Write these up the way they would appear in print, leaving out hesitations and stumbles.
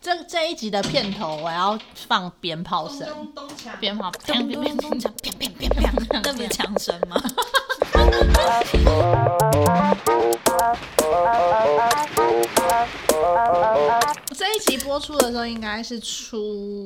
这一集的片头我要放鞭炮声，鞭炮， 咚咚咚锵，砰砰砰砰，那不是枪声吗？ 这一集播出的时候应该是初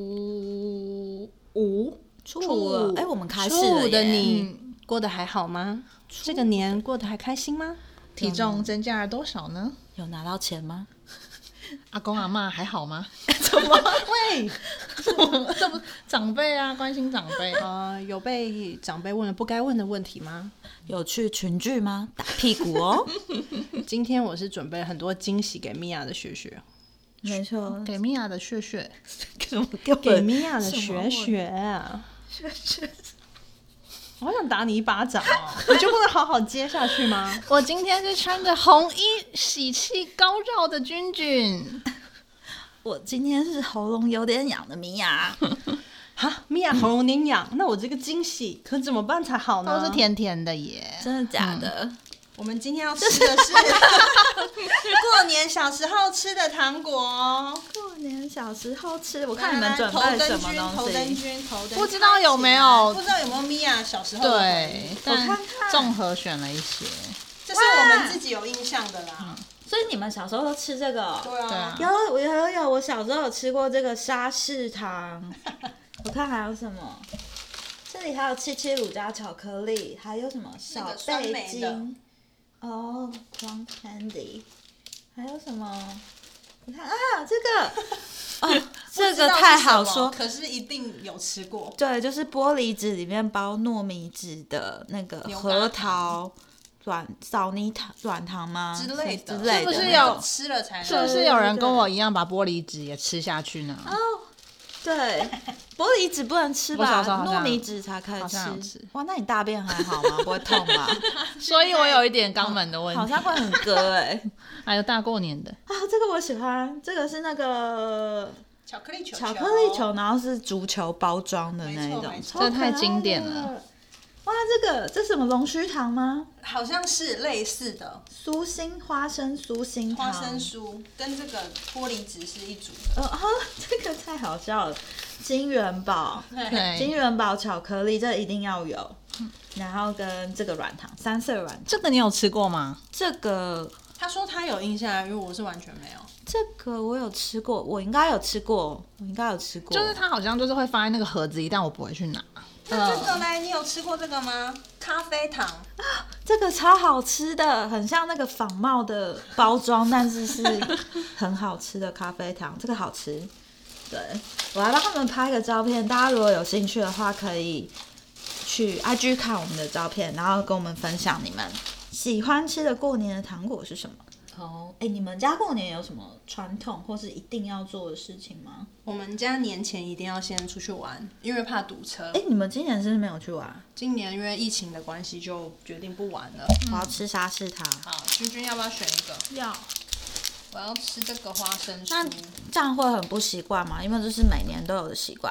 五了，我们开始了耶。 初五的你过得还好吗？这个年过得还开心吗？体重增加了多少呢？ 有拿到钱吗？ 阿公阿嬷还好吗？怎么喂？这不长辈啊，关心长辈有被长辈问了不该问的问题吗？ 有去群聚吗？打屁股哦！ 今天我是准备了很多惊喜给米娅的学学， 没错， 给米娅的学学， 给米娅的学学啊， 学学。 我好想打你一巴掌哦！你就不能好好接下去吗？我今天是穿着红衣、喜气高照的君君。 我今天是喉咙有点痒的米娅。 哈，米娅喉咙有点痒，那我这个惊喜可怎么办才好呢？都是甜甜的耶， 真的假的？ 我们今天要吃的是过年小时候吃的糖果。 过年小时候吃，我看你们准备什么东西？ 头灯君，不知道有没有？不知道有没有米娅小时候的？对， 我看看， 综合选了一些，这是我们自己有印象的啦。 所以你们小时候都吃这个？ 对啊， 有，我小时候有吃过这个沙士糖。我看还有什么？这里还有七七乳加巧克力，还有什么小贝金？哦，Plum Candy， 还有什么？你看啊，这个，这个太好说， 可是一定有吃过。 对，就是玻璃纸里面包糯米纸的那个核桃枣泥糖软糖吗？ 之类的， 是不是有吃了才？是不是有人跟我一样把玻璃纸也吃下去呢？ 哦，对，玻璃纸不能吃吧？糯米纸才可以吃。哇，那你大便还好吗？不会痛吗？ 所以我有一点肛门的问题， 好像会很割哎。 还有大过年的啊，这个我喜欢，这个是那个巧克力球，然后是足球包装的那一种， 这太经典了。 哇，这什么龙须糖吗？ 好像是类似的花生酥心糖， 花生酥跟这个玻璃纸是一组的。 这个太好笑了。金元宝，金元宝巧克力，这一定要有。然后跟这个软糖，三色软糖， 这个你有吃过吗？ 这个他说他有印象，因为我是完全没有。 这个我有吃过，我应该有吃过。 就是它好像就是会放在那个盒子里，但我不会去拿。那这个呢？你有吃过这个吗？咖啡糖啊，这个超好吃的，很像那个仿冒的包装，但是是很好吃的咖啡糖，这个好吃。对，我来帮他们拍个照片，大家如果有兴趣的话，可以去 IG 看我们的照片，然后跟我们分享你们喜欢吃的过年的糖果是什么。你们家过年有什么传统或是一定要做的事情吗？ 我们家年前一定要先出去玩，因为怕堵车。 你们今年是不是没有去玩？ 今年因为疫情的关系，就决定不玩了。 我要吃沙士糖。 好，君要不要选一个？ 要。 我要吃这个花生酥。 那这样会很不习惯吗？因为这是每年都有的习惯。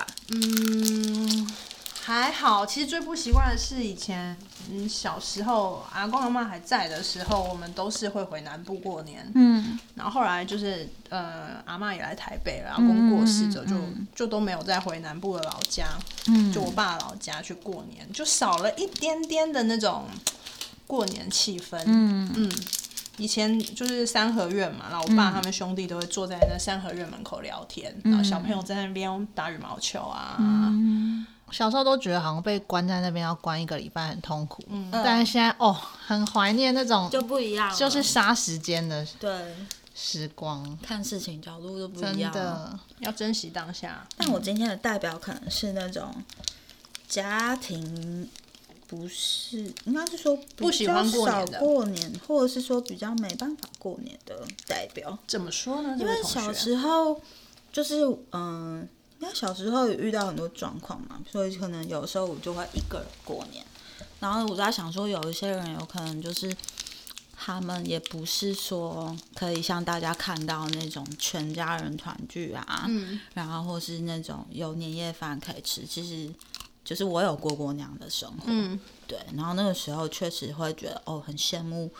还好，其实最不习惯的是以前，小时候阿公阿嬷还在的时候，我们都是会回南部过年。然后后来就是阿嬷也来台北了，阿公过世之后就都没有再回南部的老家，就我爸老家去过年，就少了一点点的那种过年气氛。以前就是三合院嘛，然后我爸他们兄弟都会坐在那三合院门口聊天，然后小朋友在那边打羽毛球啊。小时候都觉得好像被关在那边要关1个礼拜很痛苦，但是现在很怀念那种就不一样了， 就是杀时间的时光， 看事情角度都不一样， 真的要珍惜当下。 但我今天的代表可能是那种家庭不是，应该是说不喜欢过年或者是说比较没办法过年的代表。 怎么说呢？ 因为小时候就是因为小时候有遇到很多状况嘛，所以可能有时候我就会一个人过年。然后我在想说，有一些人有可能就是他们也不是说可以像大家看到那种全家人团聚啊，然后或是那种有年夜饭可以吃。其实就是我有过那样的生活，对。然后那个时候确实会觉得很羡慕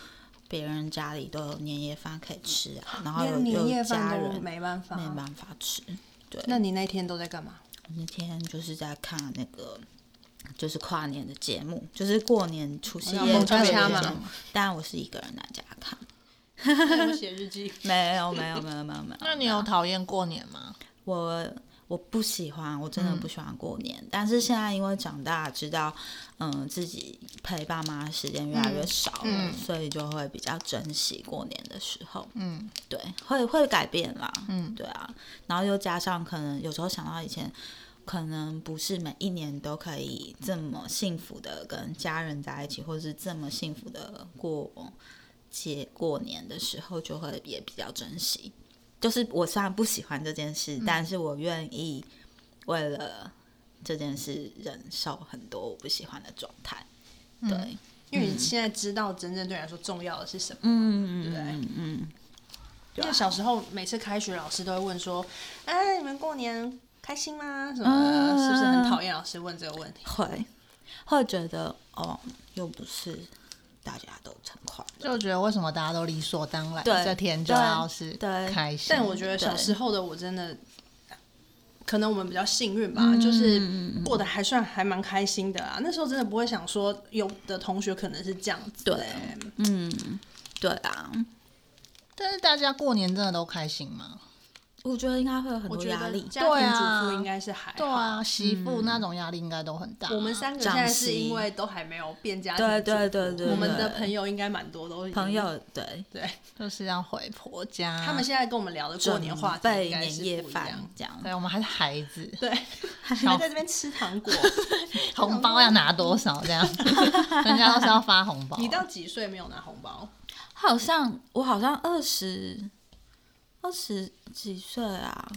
别人家里都有年夜饭可以吃啊，然后有年夜家饭都人没办法吃。对， 那你那天都在干嘛？ 我那天就是在看那个就是跨年的节目，就是过年除夕夜特别的节目，但我是一个人在家看。 那有写日记？ 没有。 那你有讨厌过年吗？ 我不喜欢，我真的不喜欢过年。但是现在因为长大，知道自己陪爸妈的时间越来越少了，所以就会比较珍惜过年的时候。对，会改变啦。对啊。然后又加上可能有时候想到以前，可能不是每一年都可以这么幸福的跟家人在一起，或者是这么幸福的过年的时候，就会也比较珍惜。就是我虽然不喜欢这件事，但是我愿意为了这件事忍受很多我不喜欢的状态。对， 因为你现在知道真正对你来说重要的是什么，对不对？因为小时候每次开学，老师都会问说：“哎，你们过年开心吗？什么的？”是不是很讨厌老师问这个问题？ 会觉得又不是大家都很快乐， 就觉得为什么大家都理所当然，这天就要是开心。 但我觉得小时候的我真的，可能我们比较幸运吧，就是过得还蛮开心的啊。那时候真的不会想说，有的同学可能是这样子。 对，对啊。 但是大家过年真的都开心吗？ 我觉得应该会有很多压力。 家庭主妇应该是还好。 对啊，媳妇那种压力应该都很大。 我们3个现在是因为都还没有变家庭主妇， 对， 我们的朋友应该蛮多都朋友对， 就是要回婆家。 他们现在跟我们聊的过年话题应该是年夜饭这样。 对，我们还是孩子， 对，还在这边吃糖果， 红包要拿多少这样？人家都是要发红包。 你到几岁没有拿红包？ 我好像20几岁啊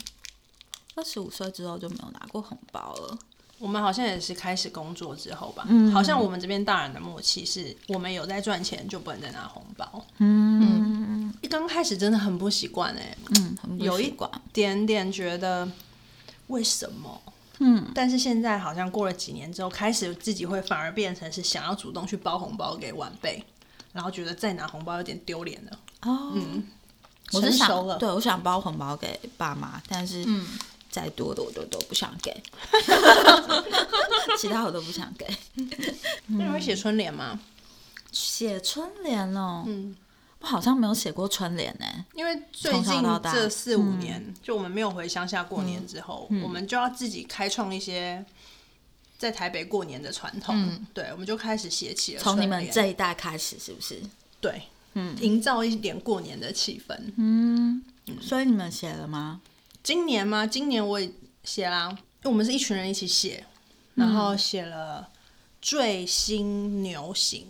，25岁之后就没有拿过红包了。 我们好像也是开始工作之后吧，好像我们这边大人的默契是，我们有在赚钱就不能再拿红包。一刚开始真的很不习惯有一点点觉得为什么？但是现在好像过了几年之后，开始自己会反而变成是想要主动去包红包给晚辈，然后觉得再拿红包有点丢脸了。 我是成熟了， 对，我想包红包给爸妈，但是再多的我都不想给，其他我都不想给。 那你会写春联吗？ 写春联哦，我好像没有写过春联呢。 因为最近这4-5年，就我们没有回乡下过年之后，我们就要自己开创一些在台北过年的传统。对，我们就开始写起了春联。 从你们这一代开始，是不是？ 对。营造一点过年的气氛。 所以你们写了吗？ 今年吗？今年我也写啦，因为我们是一群人一起写，然后写了坠星牛行。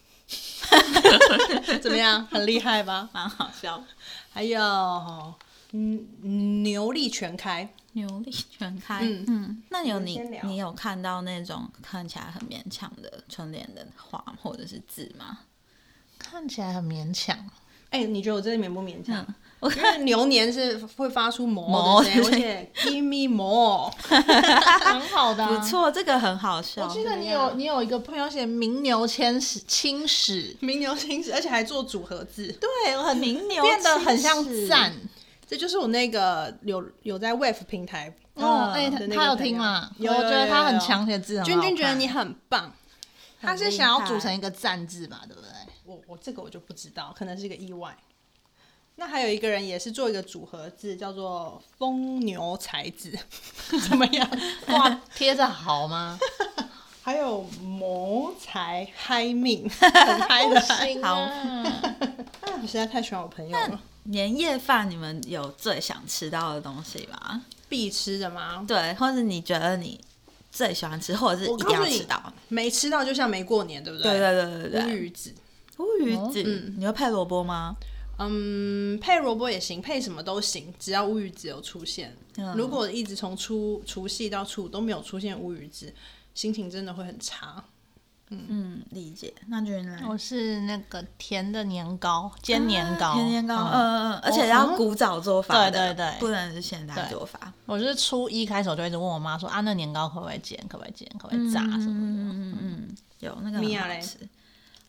怎么样？很厉害吧？ 蛮好笑。 还有牛力全开。 牛力全开。那你有看到那种看起来很勉强的春联的画或者是字吗？ 看起来很勉强。 你觉得我这里勉不勉强？因为牛年是会发出魔的声音，而且 give me more， 很好的， 不错，这个很好笑。 我记得你有一个朋友写名牛青史， 名牛青史，而且还做组合字， 对，很名牛变得很像赞。 这就是我那个有在 Wave 平台他有听吗？我觉得他很强，写字很好看。 君觉得你很棒， 他是想要组成一个赞字吧，对不对？ 我这个我就不知道，可能是一个意外。那还有一个人也是做一个组合字，叫做疯牛才子，怎么样？ 哇，贴着好吗？ 还有谋财嗨命，很嗨的嗨。 好， 我实在太喜欢我朋友了。 年夜饭你们有最想吃到的东西吗？ 必吃的吗？ 对，或者你觉得你最喜欢吃，或者是一定要吃到， 没吃到就像没过年，对不对？ 对。 乌鱼子， 你会配萝卜吗？ 配萝卜也行，配什么都行，只要乌鱼子有出现。如果一直从除夕到初五都没有出现乌鱼子，心情真的会很差。 理解。那君来， 我是那个甜的年糕，煎年糕， 甜年糕，而且要古早做法的， 对， 不能是现代做法。 我是初一开始我就一直问我妈说啊，那年糕可不可以煎，可不可以炸什么的。 有那个很好吃。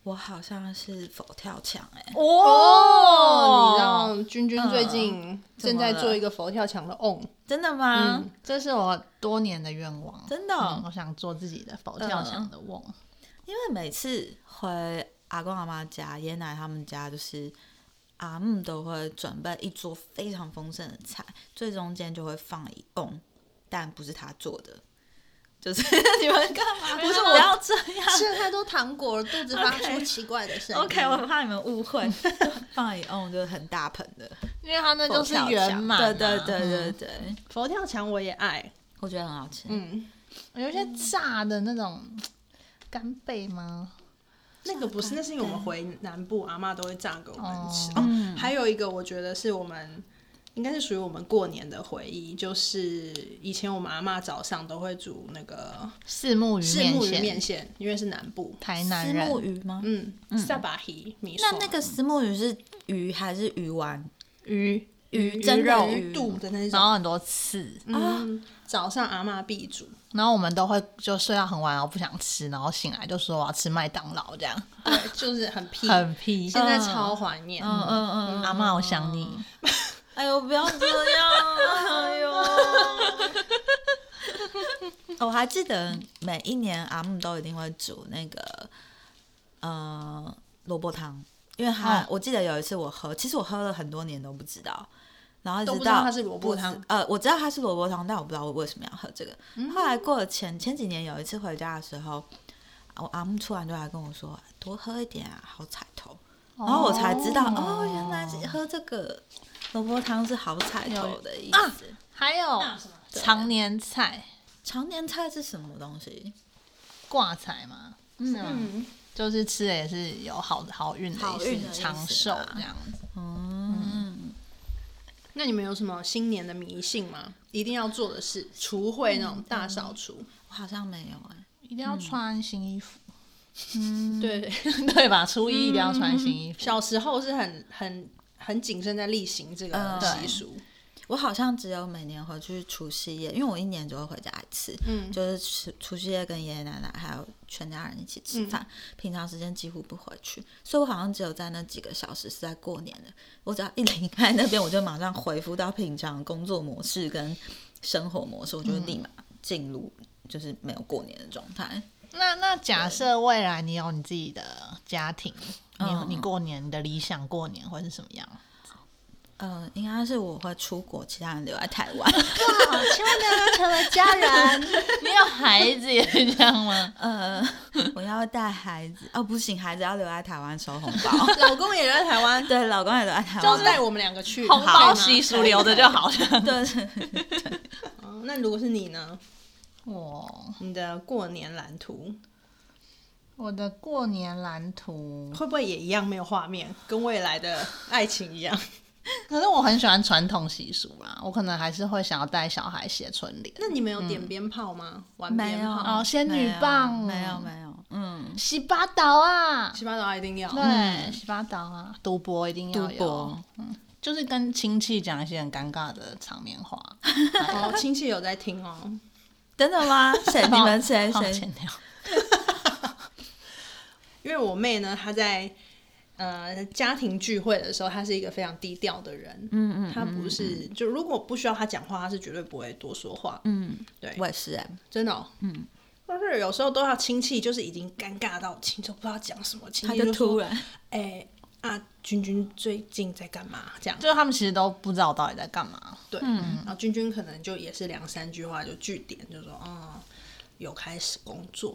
我好像是佛跳墙你知道君君最近正在做一个佛跳墙的瓮， 真的吗？ 这是我多年的愿望， 真的我想做自己的佛跳墙的瓮。 因为每次回阿公阿妈家、爷爷奶奶他们家，就是阿姆都会准备一桌非常丰盛的菜，最中间就会放一瓮，但不是他做的。就是你们干嘛？不是，不要这样， 吃了太多糖果了，肚子发出奇怪的声音。 OK， 我怕你们误会，放一瓮就是很大盆的， 因为它那就是圆满、啊。 对， 佛跳墙我也爱， 我觉得很好吃。 有一些炸的那种干贝吗？ 那个不是，那是因为我们回南部，阿嬷都会炸给我们吃。还有一个我觉得是我们应该是属于我们过年的回忆，就是以前我们阿嬷早上都会煮那个虱目鱼面线， 因为是南部台南人。 虱目鱼吗？ 萨巴鱼米那那个虱目鱼是鱼还是鱼丸？ 鱼真的鱼肚的那种， 然后很多刺。 早上阿嬷必煮， 然后我们都会就睡到很晚，然后不想吃，然后醒来就说我要吃麦当劳这样。 对，就是很屁， 很屁。 现在超怀念。 阿嬷我想你。 哎呦，不要这样！哎呦，我还记得每一年阿姆都一定会煮那个萝卜汤，因为我记得有一次我喝，其实我喝了很多年都不知道，然后都不知道它是萝卜汤。 我知道它是萝卜汤，但我不知道我为什么要喝这个。后来过了前几年有一次回家的时候，我阿姆突然就来跟我说：“多喝一点啊，好彩头。”然后我才知道原来喝这个萝卜汤是好彩头的意思。 还有常年菜， 常年菜是什么东西？ 挂菜吗？是吗？就是吃的也是有好运的意思，长寿这样子。 那你们有什么新年的迷信吗？一定要做的事，除会那种大扫除。 我好像没有一定要穿新衣服。 对对吧？初一一定要穿新衣服。 小时候是很谨慎在例行这个习俗。 我好像只有每年回去除夕夜，因为我一年就会回家一次，就是除夕夜跟爷爷奶奶还有全家人一起吃饭，平常时间几乎不回去，所以我好像只有在那几个小时是在过年的。我只要一离开那边，我就马上恢复到平常工作模式跟生活模式，我就会立马进入就是没有过年的状态。 那假设未来你有你自己的家庭，你过年的理想过年会是什么样？ 应该是我会出国，其他人留在台湾。 哇，千万不要成为家人。 你有孩子也是这样吗？ 我要带孩子不行，孩子要留在台湾收红包。 老公也留在台湾， 对，老公也留在台湾， 就带我们两个去。 红包习俗留着就好了。 对。 那如果是你呢？ 你的过年蓝图， 我的过年蓝图会不会也一样没有画面，跟未来的爱情一样？ 可是我很喜欢传统习俗啦，我可能还是会想要带小孩写春联。 那你们有点鞭炮吗？玩鞭炮？ 仙女棒没有。 洗八岛啊， 洗八岛一定要。 对，洗八岛啊，赌博一定要有。就是跟亲戚讲一些很尴尬的场面话。 亲戚有在听哦。 真的吗？你们谁？ 因为我妹呢，她在家庭聚会的时候，她是一个非常低调的人。她不是就如果不需要她讲话，她是绝对不会多说话。对， 我也是真的。但是有时候都要亲戚，就是已经尴尬到亲戚不知道讲什么，亲戚就突然君君最近在干嘛？这样， 就他们其实都不知道我到底在干嘛。 对，然后君君可能就也是2-3句话就句点，就说有开始工作。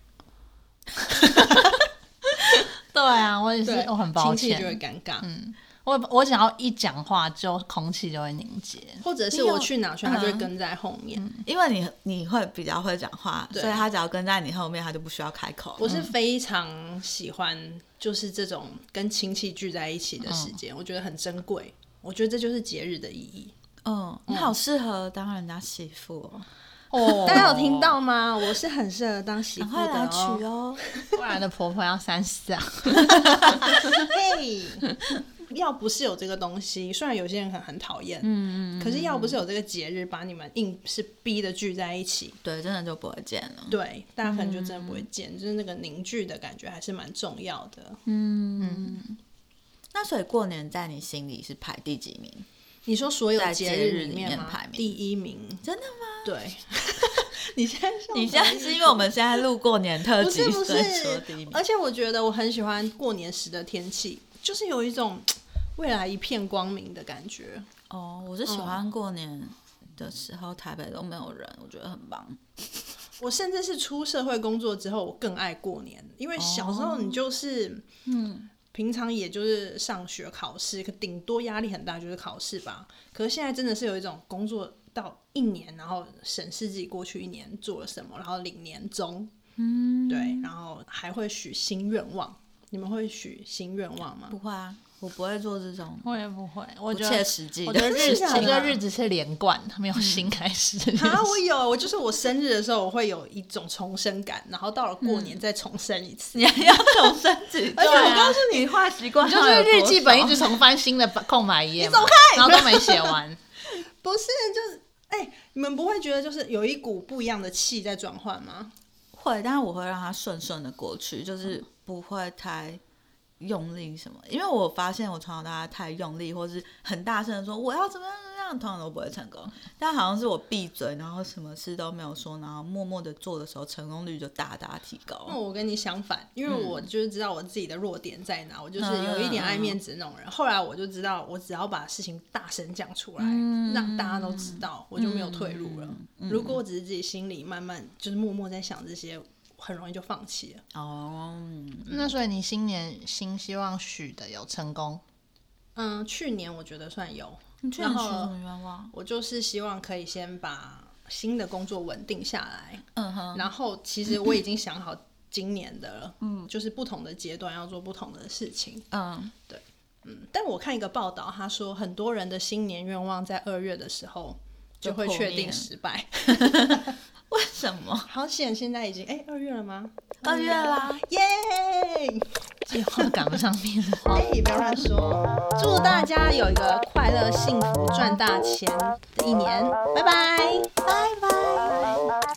对啊，我也是，我很抱歉， 亲戚就会尴尬。 我只要一讲话，就空气就会凝结， 或者是我去哪去，他就会跟在后面。 因为你会比较会讲话，所以他只要跟在你后面，他就不需要开口。 我是非常喜欢就是这种跟亲戚聚在一起的时间，我觉得很珍贵。我觉得这就是节日的意义。 你好适合当人家媳妇大家有听到吗？我是很适合当媳妇的赶快来娶哦！ 未来的婆婆要30啊。 嘿， 要不是有这个东西，虽然有些人很讨厌，可是要不是有这个节日把你们硬是逼的聚在一起， 对，真的就不会见了。 对，大家可能就真的不会见，就是那个凝聚的感觉还是蛮重要的。 那所以过年在你心里是排第几名？ 你说所有节日里面吗？ 排名第1名。 真的吗？ 对。你现在是因为我们现在录过年特辑， 不是所以说第1名。 而且我觉得我很喜欢过年时的天气，就是有一种未来一片光明的感觉。 我是喜欢过年的时候台北都没有人，我觉得很棒。 我甚至是出社会工作之后，我更爱过年，因为小时候你就是平常也就是上学考试，可顶多压力很大就是考试吧。可是现在真的是有一种工作到1年，然后审视自己过去1年做了什么，然后领年终，对，然后还会许新愿望。你们会许新愿望吗？ 不会啊，我不会做这种， 我也不会， 不切实际的。 我觉得日子是连贯，没有新开始。 我就是我生日的时候，我会有一种重生感，然后到了过年再重生一次。 你还要重生几次？而且我告诉你，坏习惯就是日记本一直重翻新的空白页， 你走开， 然后都没写完。 不是，就是你们不会觉得就是有一股不一样的气在转换吗？ 会，但是我会让它顺顺的过去，就是不会太用力什么。因为我发现我从小到大太用力，或是很大声的说我要怎么样怎么样，通常都不会成功。但好像是我闭嘴，然后什么事都没有说，然后默默的做的时候，成功率就大大提高。 那我跟你相反，因为我就是知道我自己的弱点在哪，我就是有一点爱面子那种人。后来我就知道，我只要把事情大声讲出来，让大家都知道，我就没有退路了。如果我只是自己心里慢慢就是默默在想这些，很容易就放弃了。 那所以你新年新希望许的有成功？ 去年我觉得算有。 你去年许什么愿望？ 我就是希望可以先把新的工作稳定下来。然后其实我已经想好今年的了。就是不同的阶段要做不同的事情。对。但我看一个报道，他说很多人的新年愿望在2月的时候就会确定失败。 为什么？ 好险，现在已经2月了吗 ？2月啦， 耶！ 计划赶不上变化。 不要乱说。祝大家有一个快乐、幸福、赚大钱的1年，拜拜， 拜拜。